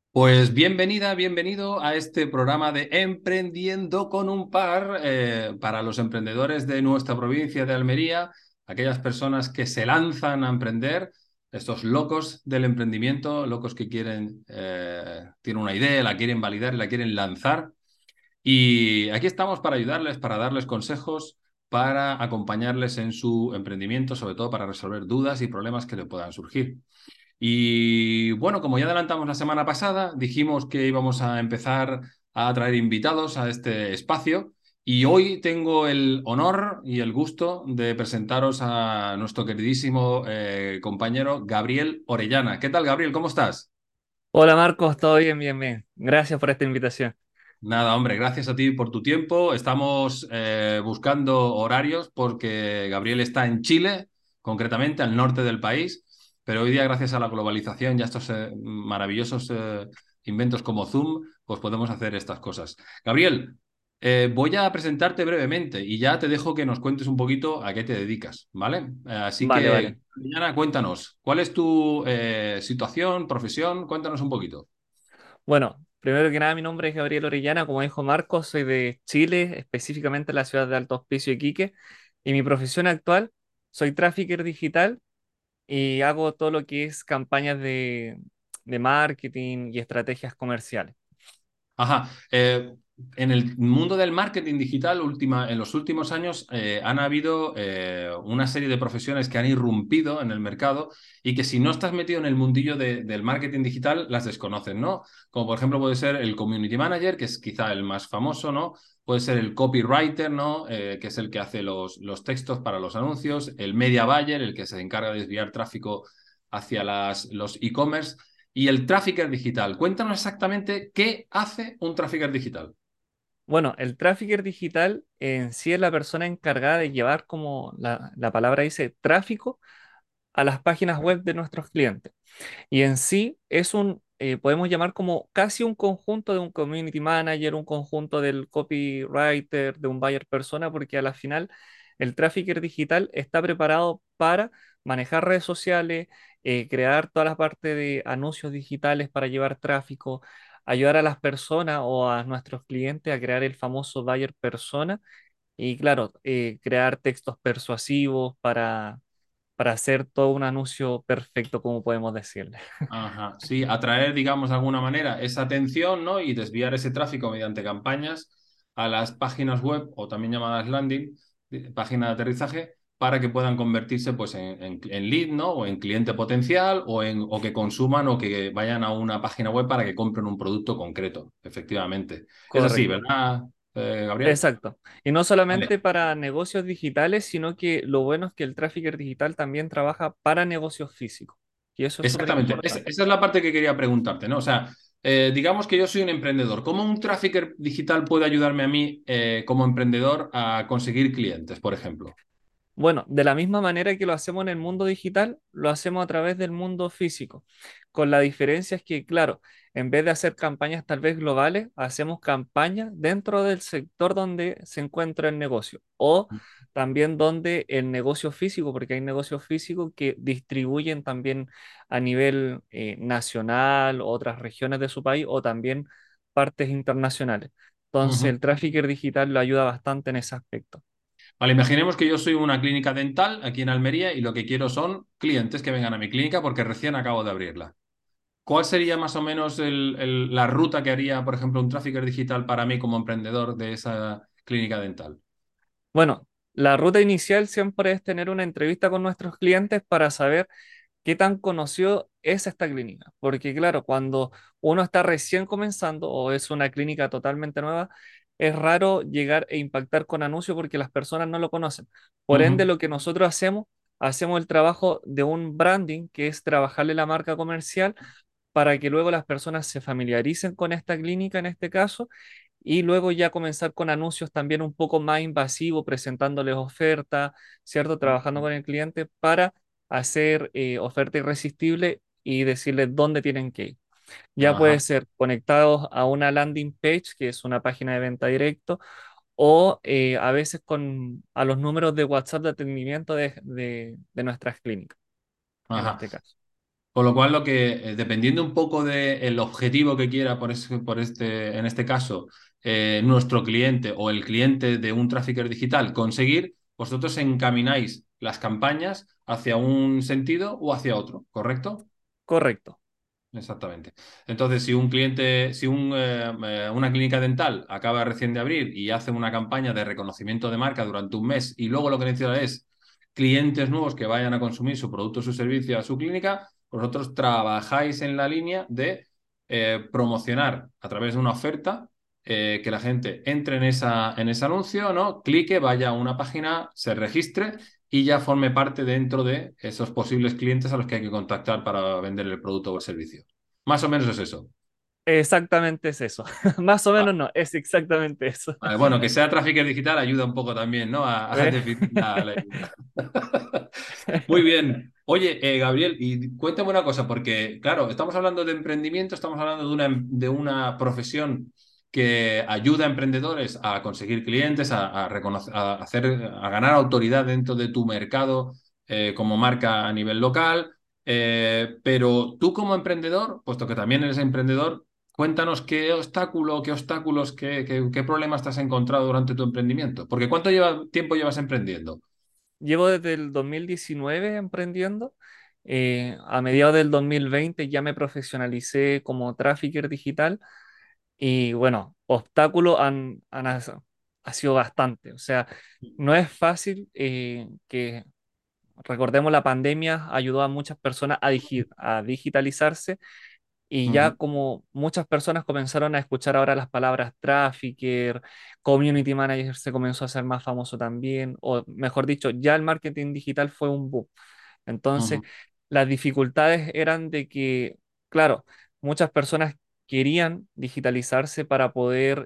Pues bienvenida, bienvenido a este programa de Emprendiendo con un par para los emprendedores de nuestra provincia de Almería, aquellas personas que se lanzan a emprender, estos locos del emprendimiento, locos que tienen una idea, la quieren validar y la quieren lanzar. Y aquí estamos para ayudarles, para darles consejos, para acompañarles en su emprendimiento, sobre todo para resolver dudas y problemas que le puedan surgir. Y bueno, como ya adelantamos la semana pasada, dijimos que íbamos a empezar a traer invitados a este espacio y hoy tengo el honor y el gusto de presentaros a nuestro queridísimo compañero Gabriel Orellana. ¿Qué tal, Gabriel? ¿Cómo estás? Hola Marcos, todo bien, bien, bien. Gracias por esta invitación. Nada, hombre, gracias a ti por tu tiempo. Estamos buscando horarios porque Gabriel está en Chile, concretamente al norte del país, pero hoy día, gracias a la globalización y a estos maravillosos inventos como Zoom, pues podemos hacer estas cosas. Gabriel, voy a presentarte brevemente y ya te dejo que nos cuentes un poquito a qué te dedicas, ¿vale? Así Vale, que, vale. Diana, cuéntanos, ¿cuál es tu situación, profesión? Cuéntanos un poquito. Bueno, primero que nada, mi nombre es Gabriel Orellana, como dijo Marcos, soy de Chile, específicamente en la ciudad de Alto Hospicio, Iquique, y mi profesión actual, soy trafficker digital y hago todo lo que es campañas de marketing y estrategias comerciales. Ajá. En el mundo del marketing digital, en los últimos años, han habido una serie de profesiones que han irrumpido en el mercado y que si no estás metido en el mundillo del marketing digital, las desconocen, ¿no? Como por ejemplo puede ser el community manager, que es quizá el más famoso, ¿no? Puede ser el copywriter, ¿no? Que es el que hace los textos para los anuncios, el media buyer, el que se encarga de desviar tráfico hacia los e-commerce. Y el trafficker digital. Cuéntanos exactamente qué hace un trafficker digital. Bueno, el trafficker digital en sí es la persona encargada de llevar, como la palabra dice, tráfico a las páginas web de nuestros clientes. Y en sí es podemos llamar como casi un conjunto de un community manager, un conjunto del copywriter, de un buyer persona, porque a la final el trafficker digital está preparado para manejar redes sociales, crear toda la parte de anuncios digitales para llevar tráfico, ayudar a las personas o a nuestros clientes a crear el famoso buyer persona y claro, crear textos persuasivos para hacer todo un anuncio perfecto, como podemos decirle. Ajá, sí, atraer, digamos, de alguna manera esa atención, ¿no? Y desviar ese tráfico mediante campañas a las páginas web o también llamadas landing, página de aterrizaje, para que puedan convertirse pues en lead, ¿no? O en cliente potencial o que consuman o que vayan a una página web para que compren un producto concreto, efectivamente. Es así, Correcto. ¿verdad, Gabriel? Exacto. Y no Vale. solamente para negocios digitales, sino que lo bueno es que el trafficker digital también trabaja para negocios físicos. Y eso es súper Exactamente, importante. esa es la parte que quería preguntarte, ¿no? O sea, digamos que yo soy un emprendedor. ¿Cómo un trafficker digital puede ayudarme a mí como emprendedor a conseguir clientes, por ejemplo? Bueno, de la misma manera que lo hacemos en el mundo digital, lo hacemos a través del mundo físico. Con la diferencia es que, claro, en vez de hacer campañas tal vez globales, hacemos campañas dentro del sector donde se encuentra el negocio o también donde el negocio físico, porque hay negocios físicos que distribuyen también a nivel nacional, otras regiones de su país o también partes internacionales. Entonces, Ujú. el trafficker digital lo ayuda bastante en ese aspecto. Vale, imaginemos que yo soy una clínica dental aquí en Almería y lo que quiero son clientes que vengan a mi clínica porque recién acabo de abrirla. ¿Cuál sería más o menos la ruta que haría, por ejemplo, un trafficker digital para mí como emprendedor de esa clínica dental? Bueno, la ruta inicial siempre es tener una entrevista con nuestros clientes para saber qué tan conocido es esta clínica. Porque claro, cuando uno está recién comenzando o es una clínica totalmente nueva, es raro llegar e impactar con anuncios porque las personas no lo conocen. Por ende, Ujú, lo que nosotros hacemos el trabajo de un branding, que es trabajarle la marca comercial para que luego las personas se familiaricen con esta clínica en este caso y luego ya comenzar con anuncios también un poco más invasivos, presentándoles ofertas, ¿cierto? Trabajando con el cliente para hacer oferta irresistible y decirles dónde tienen que ir. Ya puede ajá. ser conectados a una landing page, que es una página de venta directo, o a veces a los números de WhatsApp de atendimiento de nuestras clínicas, en Ajá. este caso. Con lo cual, dependiendo un poco del objetivo que quiera, en este caso, nuestro cliente o el cliente de un trafficker digital conseguir, vosotros encamináis las campañas hacia un sentido o hacia otro, ¿correcto? Correcto, Exactamente. Entonces, si un cliente, si una clínica dental acaba recién de abrir y hace una campaña de reconocimiento de marca durante un mes y luego lo que necesita es clientes nuevos que vayan a consumir su producto o su servicio a su clínica, vosotros trabajáis en la línea de promocionar a través de una oferta, que la gente entre en ese anuncio, ¿no? Clique, vaya a una página, se registre y ya forme parte dentro de esos posibles clientes a los que hay que contactar para vender el producto o el servicio. Más o menos es eso. exactamente es eso. Más o Va- menos no, es exactamente eso. Vale, bueno, que sea trafficker digital ayuda un poco también, ¿no? A ¿Ves? definir la idea. Muy bien. Oye, Gabriel, y cuéntame una cosa, porque claro, estamos hablando de emprendimiento, estamos hablando de una profesión que ayuda a emprendedores a conseguir clientes, a ganar autoridad dentro de tu mercado como marca a nivel local. Pero tú como emprendedor, puesto que también eres emprendedor, cuéntanos qué obstáculos, qué problemas te has encontrado durante tu emprendimiento. Porque tiempo llevas emprendiendo? Llevo desde el 2019 emprendiendo. A mediados del 2020 ya me profesionalicé como trafficker digital y bueno, obstáculos ha sido bastante. O sea, no es fácil que recordemos la pandemia ayudó a muchas personas a digitalizarse y ya Ujú, como muchas personas comenzaron a escuchar ahora las palabras trafficker, community manager se comenzó a hacer más famoso también, o mejor dicho, ya el marketing digital fue un boom. Entonces, ujú, las dificultades eran de que, claro, muchas personas querían digitalizarse para poder,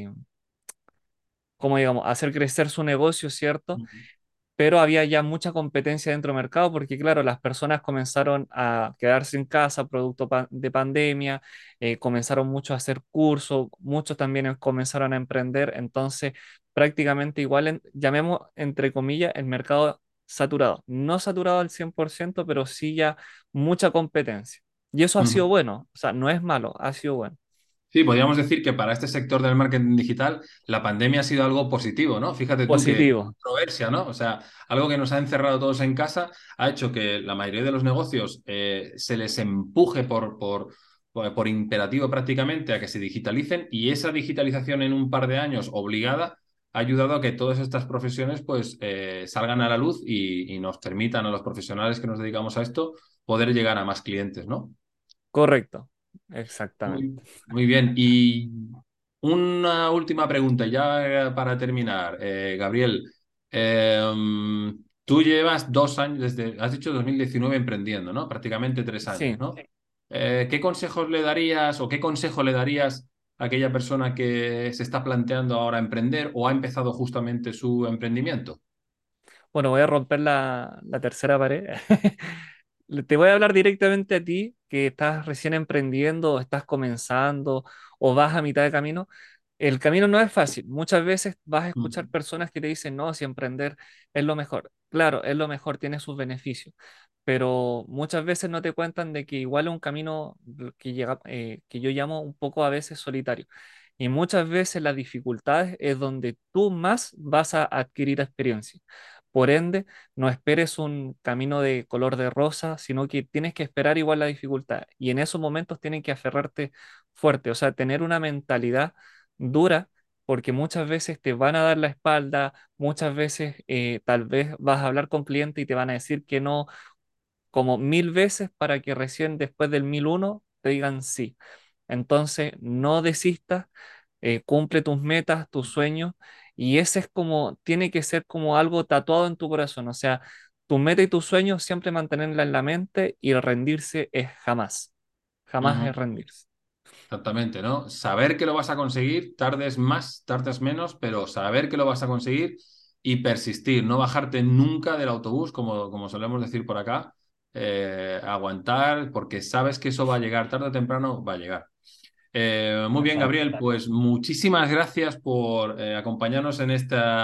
como digamos, hacer crecer su negocio, ¿cierto? ujú, Pero había ya mucha competencia dentro del mercado porque, claro, las personas comenzaron a quedarse en casa producto de pandemia, comenzaron muchos a hacer cursos, muchos también comenzaron a emprender, entonces prácticamente igual, llamemos entre comillas, el mercado saturado, no saturado al 100% pero sí ya mucha competencia. Y eso ha sido ujú. bueno, o sea, no es malo, ha sido bueno. Sí, podríamos decir que para este sector del marketing digital la pandemia ha sido algo positivo, ¿no? Fíjate tú qué Positivo, controversia, ¿no? O sea, algo que nos ha encerrado todos en casa ha hecho que la mayoría de los negocios se les empuje por imperativo prácticamente a que se digitalicen y esa digitalización en un par de años obligada ha ayudado a que todas estas profesiones pues salgan a la luz y nos permitan a los profesionales que nos dedicamos a esto poder llegar a más clientes, ¿no? correcto, exactamente. Muy bien. Y una última pregunta, ya para terminar, Gabriel. Tú llevas 2 años, has dicho 2019 emprendiendo, ¿no? Prácticamente 3 años, Sí. ¿no? ¿Qué consejos le darías o qué consejo le darías a aquella persona que se está planteando ahora emprender o ha empezado justamente su emprendimiento? Bueno, voy a romper la tercera pared. Te voy a hablar directamente a ti que estás recién emprendiendo, o estás comenzando o vas a mitad de camino. El camino no es fácil. Muchas veces vas a escuchar Mm, personas que te dicen, no, si emprender es lo mejor. Claro, es lo mejor, tiene sus beneficios, pero muchas veces no te cuentan de que igual es un camino que yo llamo un poco a veces solitario. Y muchas veces las dificultades es donde tú más vas a adquirir experiencia. Por ende, no esperes un camino de color de rosa, sino que tienes que esperar igual la dificultad. Y en esos momentos tienes que aferrarte fuerte, o sea, tener una mentalidad dura, porque muchas veces te van a dar la espalda, muchas veces tal vez vas a hablar con clientes y te van a decir que no como 1000 veces para que recién después del 1001 te digan sí. Entonces, no desistas, cumple tus metas, tus sueños, y ese es como, tiene que ser como algo tatuado en tu corazón, o sea, tu meta y tus sueños siempre mantenerla en la mente y el rendirse es jamás, jamás ujú. es rendirse. Exactamente, ¿no? Saber que lo vas a conseguir, tardes más, tardes menos, pero saber que lo vas a conseguir y persistir, no bajarte nunca del autobús, como solemos decir por acá, aguantar, porque sabes que eso va a llegar, tarde o temprano va a llegar. Muy bien, Exacto. Gabriel, pues muchísimas gracias por acompañarnos en esta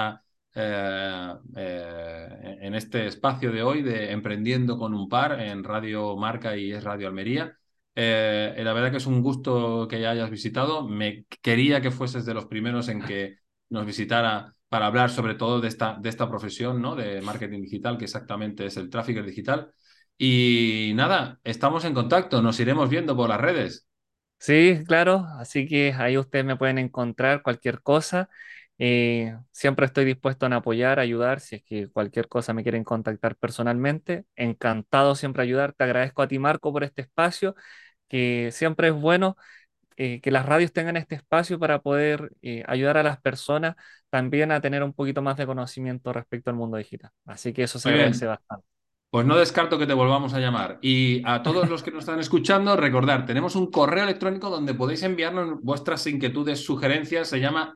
en este espacio de hoy de Emprendiendo con un par en Radio Marca y Es Radio Almería. La verdad que es un gusto que ya hayas visitado. Me quería que fueses de los primeros en que nos visitara para hablar sobre todo de esta profesión, ¿no? De marketing digital, que exactamente es el trafficker digital. Y nada, estamos en contacto, nos iremos viendo por las redes. Sí, claro, así que ahí ustedes me pueden encontrar cualquier cosa. Siempre estoy dispuesto a apoyar, ayudar, si es que cualquier cosa me quieren contactar personalmente. Encantado siempre ayudar. Te agradezco a ti, Marco, por este espacio, que siempre es bueno que las radios tengan este espacio para poder ayudar a las personas también a tener un poquito más de conocimiento respecto al mundo digital. Así que eso se Muy agradece bien. bastante. Pues no descarto que te volvamos a llamar. Y a todos los que nos están escuchando, recordar, tenemos un correo electrónico donde podéis enviarnos vuestras inquietudes, sugerencias. Se llama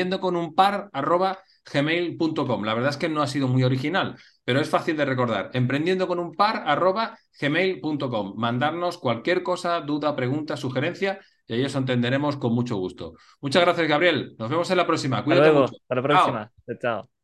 emprendiendoconunpar@gmail.com. La verdad es que no ha sido muy original, pero es fácil de recordar. Emprendiendoconunpar@gmail.com. Mandarnos cualquier cosa, duda, pregunta, sugerencia, y ahí os entenderemos con mucho gusto. Muchas gracias, Gabriel. Nos vemos en la próxima. Hasta Cuídate luego, mucho. hasta la Chao. próxima. Chao, chao.